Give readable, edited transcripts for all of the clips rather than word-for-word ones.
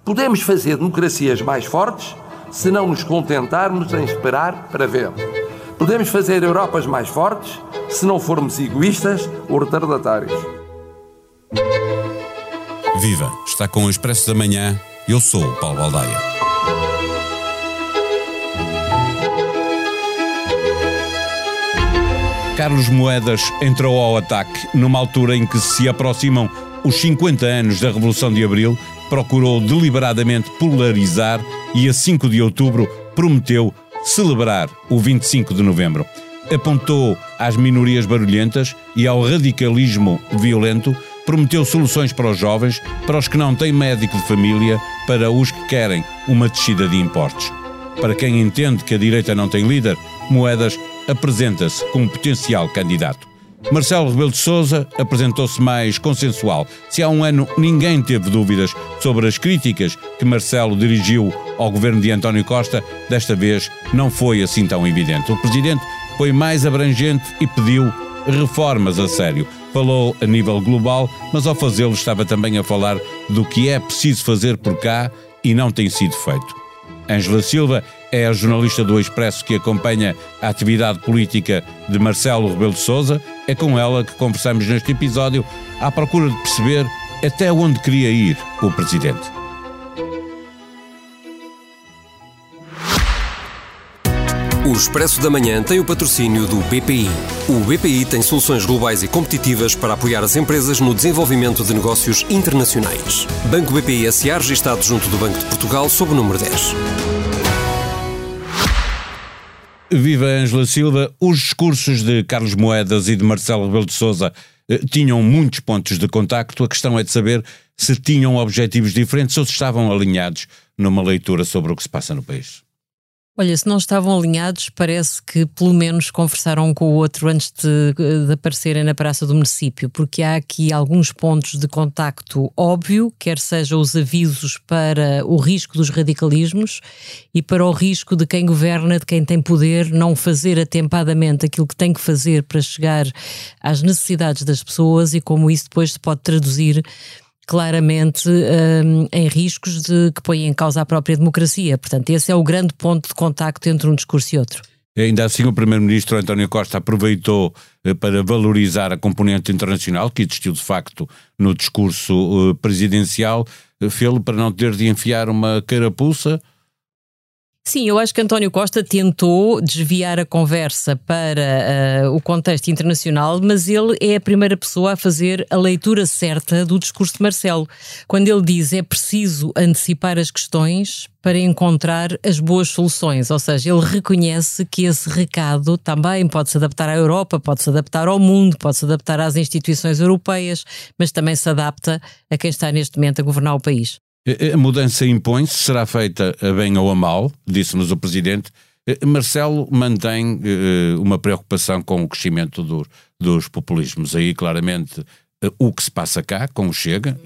Podemos fazer democracias mais fortes se não nos contentarmos em esperar para ver. Podemos fazer Europas mais fortes se não formos egoístas ou retardatários. Viva! Está com o Expresso da Manhã. Eu sou o Paulo Baldaia. Carlos Moedas entrou ao ataque numa altura em que se aproximam os 50 anos da Revolução de Abril, procurou deliberadamente polarizar e a 5 de outubro prometeu celebrar o 25 de novembro. Apontou às minorias barulhentas e ao radicalismo violento, prometeu soluções para os jovens, para os que não têm médico de família, para os que querem uma descida de impostos. Para quem entende que a direita não tem líder, Moedas apresenta-se como potencial candidato. Marcelo Rebelo de Sousa apresentou-se mais consensual. Se há um ano ninguém teve dúvidas sobre as críticas que Marcelo dirigiu ao governo de António Costa, desta vez não foi assim tão evidente. O presidente foi mais abrangente e pediu reformas a sério. Falou a nível global, mas ao fazê-lo estava também a falar do que é preciso fazer por cá e não tem sido feito. Ângela Silva é a jornalista do Expresso que acompanha a atividade política de Marcelo Rebelo de Sousa. É com ela que conversamos neste episódio à procura de perceber até onde queria ir o presidente. O Expresso da Manhã tem o patrocínio do BPI. O BPI tem soluções globais e competitivas para apoiar as empresas no desenvolvimento de negócios internacionais. Banco BPI S.A. registado junto do Banco de Portugal sob o número 10. Viva Ângela Silva. Os discursos de Carlos Moedas e de Marcelo Rebelo de Sousa tinham muitos pontos de contacto. A questão é de saber se tinham objetivos diferentes ou se estavam alinhados numa leitura sobre o que se passa no país. Olha, se não estavam alinhados, parece que pelo menos conversaram um com o outro antes de aparecerem na Praça do Município, porque há aqui alguns pontos de contacto óbvio, quer seja os avisos para o risco dos radicalismos e para o risco de quem governa, de quem tem poder, não fazer atempadamente aquilo que tem que fazer para chegar às necessidades das pessoas e como isso depois se pode traduzir claramente em riscos que põem em causa a própria democracia. Portanto, esse é o grande ponto de contacto entre um discurso e outro. Ainda assim, o Primeiro-Ministro António Costa aproveitou para valorizar a componente internacional, que existiu de facto no discurso presidencial, fê-lo para não ter de enfiar uma carapuça. Sim, eu acho que António Costa tentou desviar a conversa para o contexto internacional, mas ele é a primeira pessoa a fazer a leitura certa do discurso de Marcelo. Quando ele diz é preciso antecipar as questões para encontrar as boas soluções, ou seja, ele reconhece que esse recado também pode-se adaptar à Europa, pode-se adaptar ao mundo, pode-se adaptar às instituições europeias, mas também se adapta a quem está neste momento a governar o país. A mudança impõe-se, será feita a bem ou a mal, disse-nos o Presidente. Marcelo mantém uma preocupação com o crescimento dos populismos. Aí, claramente, o que se passa cá, com o Chega,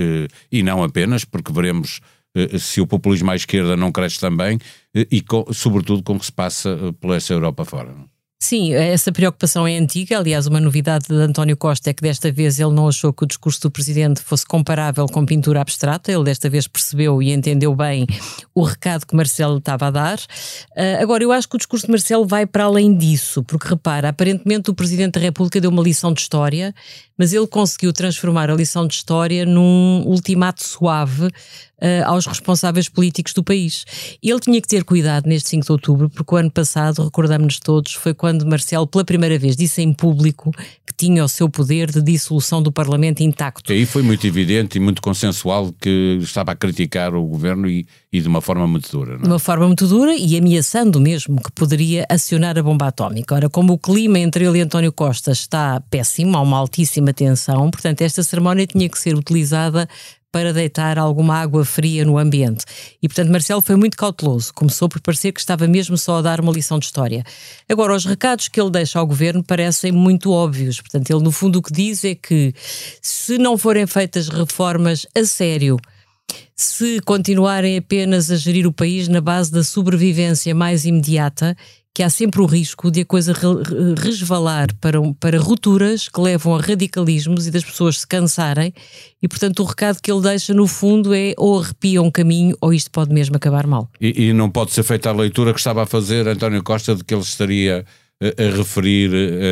e não apenas, porque veremos se o populismo à esquerda não cresce também, e sobretudo com o que se passa pela essa Europa fora. Sim, essa preocupação é antiga. Aliás, uma novidade de António Costa é que desta vez ele não achou que o discurso do Presidente fosse comparável com pintura abstrata. Ele desta vez percebeu e entendeu bem o recado que Marcelo estava a dar. Agora, eu acho que o discurso de Marcelo vai para além disso, porque repara, aparentemente o Presidente da República deu uma lição de história, mas ele conseguiu transformar a lição de história num ultimato suave aos responsáveis políticos do país. Ele tinha que ter cuidado neste 5 de outubro, porque o ano passado, recordamos-nos todos, foi quando Marcelo pela primeira vez disse em público que tinha o seu poder de dissolução do Parlamento intacto. E aí foi muito evidente e muito consensual que estava a criticar o governo e de uma forma muito dura. Não é? De uma forma muito dura e ameaçando mesmo que poderia acionar a bomba atómica. Ora, como o clima entre ele e António Costa está péssimo, há uma altíssima tensão, portanto esta cerimónia tinha que ser utilizada para deitar alguma água fria no ambiente. E, portanto, Marcelo foi muito cauteloso. Começou por parecer que estava mesmo só a dar uma lição de história. Agora, os recados que ele deixa ao governo parecem muito óbvios. Portanto, ele, no fundo, o que diz é que se não forem feitas reformas a sério, se continuarem apenas a gerir o país na base da sobrevivência mais imediata, que há sempre o risco de a coisa resvalar para rupturas que levam a radicalismos e das pessoas se cansarem, e portanto o recado que ele deixa no fundo é ou arrepia um caminho ou isto pode mesmo acabar mal. E não pode ser feita a leitura que estava a fazer António Costa de que ele estaria a referir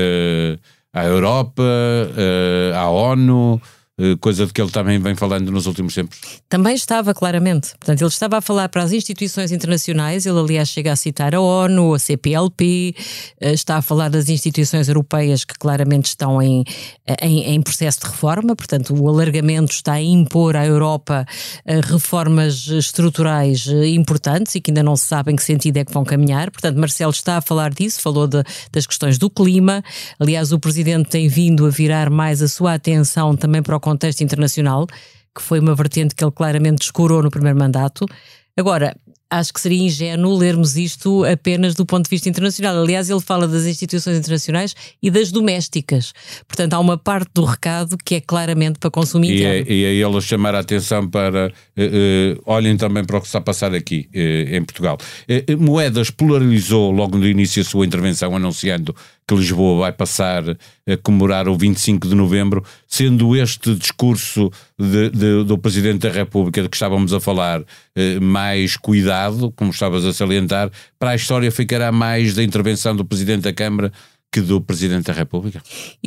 à Europa, à ONU, coisa de que ele também vem falando nos últimos tempos. Também estava, claramente. Portanto, ele estava a falar para as instituições internacionais, ele aliás chega a citar a ONU, a CPLP, está a falar das instituições europeias que claramente estão em processo de reforma, portanto o alargamento está a impor à Europa reformas estruturais importantes e que ainda não se sabe em que sentido é que vão caminhar. Portanto, Marcelo está a falar disso, falou das questões do clima. Aliás, o Presidente tem vindo a virar mais a sua atenção também para o contexto internacional, que foi uma vertente que ele claramente descurou no primeiro mandato. Agora, acho que seria ingênuo lermos isto apenas do ponto de vista internacional. Aliás, ele fala das instituições internacionais e das domésticas. Portanto, há uma parte do recado que é claramente para consumo interno. E é ele chamar a atenção para olhem também para o que está a passar aqui em Portugal. Moedas polarizou logo no início a sua intervenção, anunciando que Lisboa vai passar a comemorar o 25 de novembro, sendo este discurso do Presidente da República de que estávamos a falar mais cuidado, como estavas a salientar, para a história ficará mais da intervenção do Presidente da Câmara que do Presidente da República?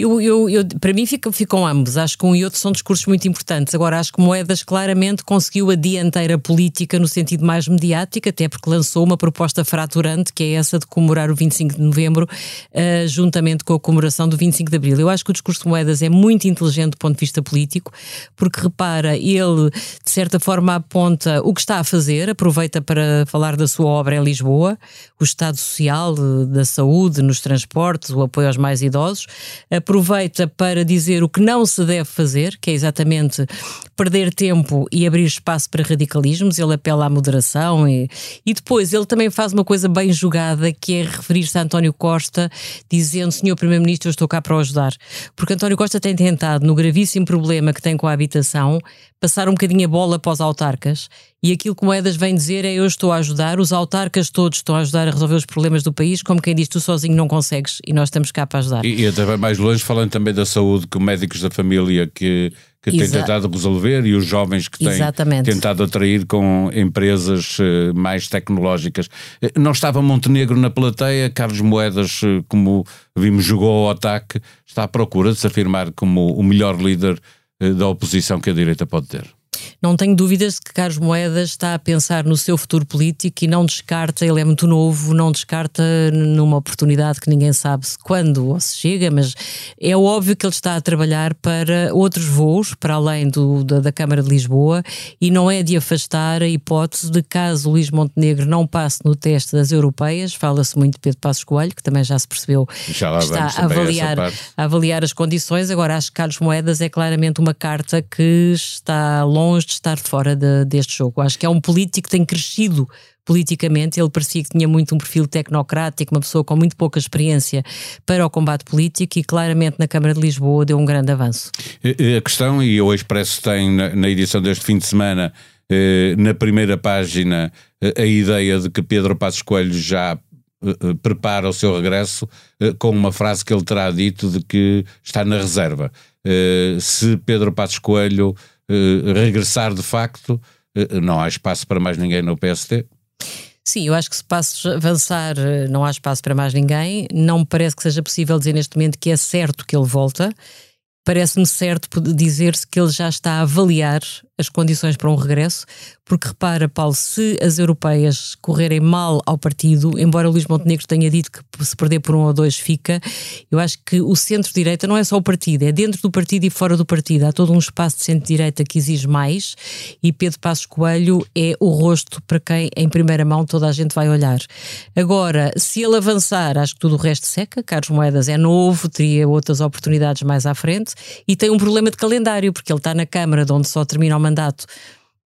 Para mim ficam ambos. Acho que um e outro são discursos muito importantes. Agora, acho que Moedas claramente conseguiu a dianteira política no sentido mais mediático, até porque lançou uma proposta fraturante, que é essa de comemorar o 25 de novembro, juntamente com a comemoração do 25 de abril. Eu acho que o discurso de Moedas é muito inteligente do ponto de vista político, porque repara, ele de certa forma aponta o que está a fazer, aproveita para falar da sua obra em Lisboa, o estado social, da saúde, nos transportes, o apoio aos mais idosos, aproveita para dizer o que não se deve fazer, que é exatamente perder tempo e abrir espaço para radicalismos. Ele apela à moderação e depois ele também faz uma coisa bem jogada, que é referir-se a António Costa, dizendo: Senhor Primeiro-Ministro, eu estou cá para o ajudar. Porque António Costa tem tentado, no gravíssimo problema que tem com a habitação, passar um bocadinho a bola para os autarcas, e aquilo que Moedas vem dizer é: eu estou a ajudar, os autarcas todos estão a ajudar a resolver os problemas do país, como quem diz, tu sozinho não consegues e nós estamos cá para ajudar. E até mais longe, falando também da saúde, que médicos da família que têm tentado resolver, e os jovens que têm tentado atrair com empresas mais tecnológicas. Não estava Montenegro na plateia. Carlos Moedas, como vimos, jogou ao ataque, está à procura de se afirmar como o melhor líder da oposição que a direita pode ter. Não tenho dúvidas de que Carlos Moedas está a pensar no seu futuro político e não descarta, ele é muito novo, não descarta numa oportunidade que ninguém sabe quando ou se chega, mas é óbvio que ele está a trabalhar para outros voos, para além da Câmara de Lisboa, e não é de afastar a hipótese de, caso Luís Montenegro não passe no teste das europeias, fala-se muito de Pedro Passos Coelho, que também já se percebeu que está a avaliar as condições. Agora, acho que Carlos Moedas é claramente uma carta que está longe de estar fora deste jogo. Acho que é um político que tem crescido politicamente. Ele parecia que tinha muito um perfil tecnocrático, uma pessoa com muito pouca experiência para o combate político, e claramente na Câmara de Lisboa deu um grande avanço. A questão, e o Expresso tem na edição deste fim de semana, na primeira página, a ideia de que Pedro Passos Coelho já prepara o seu regresso, com uma frase que ele terá dito de que está na reserva. Se Pedro Passos Coelho regressar de facto, não há espaço para mais ninguém no PST? Sim, eu acho que se Passos avançar, não há espaço para mais ninguém. Não me parece que seja possível dizer neste momento que é certo que ele volta. Parece-me certo dizer-se que ele já está a avaliar as condições para um regresso, porque repara, Paulo, se as europeias correrem mal ao partido, embora Luís Montenegro tenha dito que se perder por 1 ou 2 fica, eu acho que o centro-direita não é só o partido, é dentro do partido e fora do partido. Há todo um espaço de centro-direita que exige mais, e Pedro Passos Coelho é o rosto para quem, em primeira mão, toda a gente vai olhar. Agora, se ele avançar, acho que tudo o resto seca. Carlos Moedas é novo, teria outras oportunidades mais à frente, e tem um problema de calendário, porque ele está na Câmara, de onde só termina o mandato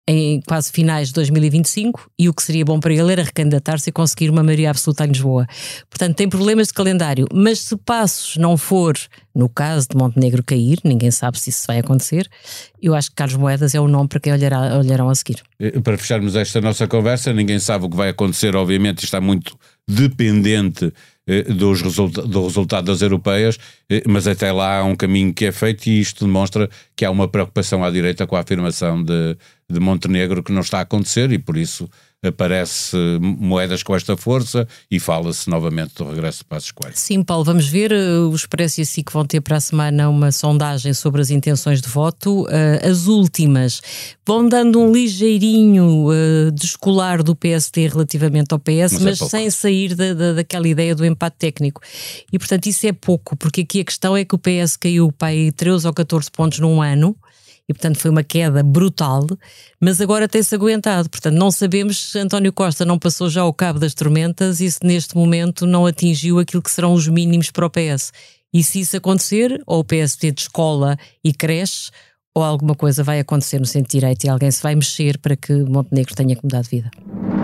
em quase finais de 2025, e o que seria bom para ele era recandidatar-se e conseguir uma maioria absoluta em Lisboa. Portanto, tem problemas de calendário, mas se Passos não for, no caso de Montenegro cair, ninguém sabe se isso vai acontecer, eu acho que Carlos Moedas é o nome para quem olharão a seguir. Para fecharmos esta nossa conversa, ninguém sabe o que vai acontecer, obviamente está muito dependente do resultado das europeias, mas até lá há um caminho que é feito e isto demonstra que há uma preocupação à direita com a afirmação de Montenegro que não está a acontecer e por isso aparece Moedas com esta força e fala-se novamente do regresso de Passos Coelho. Sim, Paulo, vamos ver. O Expresso e a SIC vão ter para a semana uma sondagem sobre as intenções de voto. As últimas vão dando um ligeirinho descolar do PSD relativamente ao PS, mas sem sair daquela ideia do empate técnico. E, portanto, isso é pouco, porque aqui a questão é que o PS caiu para aí 13 ou 14 pontos num ano, e portanto foi uma queda brutal, mas agora tem-se aguentado. Portanto, não sabemos se António Costa não passou já ao cabo das tormentas e se neste momento não atingiu aquilo que serão os mínimos para o PS. E se isso acontecer, ou o PSD descola e cresce, ou alguma coisa vai acontecer no centro-direito e alguém se vai mexer para que Montenegro tenha que mudar de vida.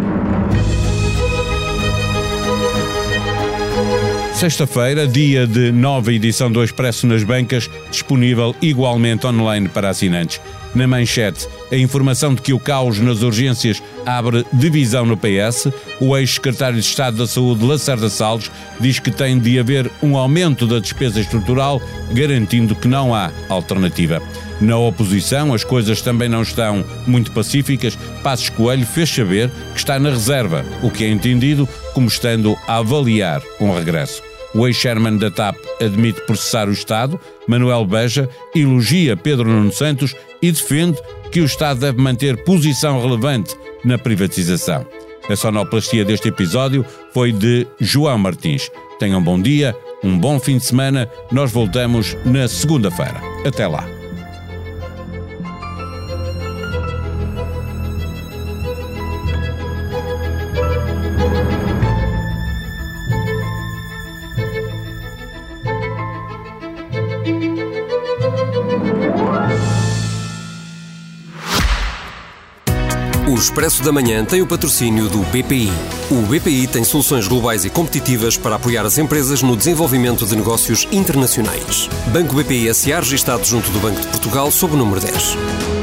Sexta-feira, dia de nova edição do Expresso nas bancas, disponível igualmente online para assinantes. Na manchete, a informação de que o caos nas urgências abre divisão no PS. O ex-secretário de Estado da Saúde, Lacerda Salles, diz que tem de haver um aumento da despesa estrutural, garantindo que não há alternativa. Na oposição, as coisas também não estão muito pacíficas. Passos Coelho fez saber que está na reserva, o que é entendido como estando a avaliar um regresso. O ex-chairman da TAP admite processar o Estado. Manuel Beja elogia Pedro Nuno Santos e defende que o Estado deve manter posição relevante na privatização. A sonoplastia deste episódio foi de João Martins. Tenham um bom dia, um bom fim de semana. Nós voltamos na segunda-feira. Até lá. O Expresso da Manhã tem o patrocínio do BPI. O BPI tem soluções globais e competitivas para apoiar as empresas no desenvolvimento de negócios internacionais. Banco BPI S.A. registado junto do Banco de Portugal sob o número 10.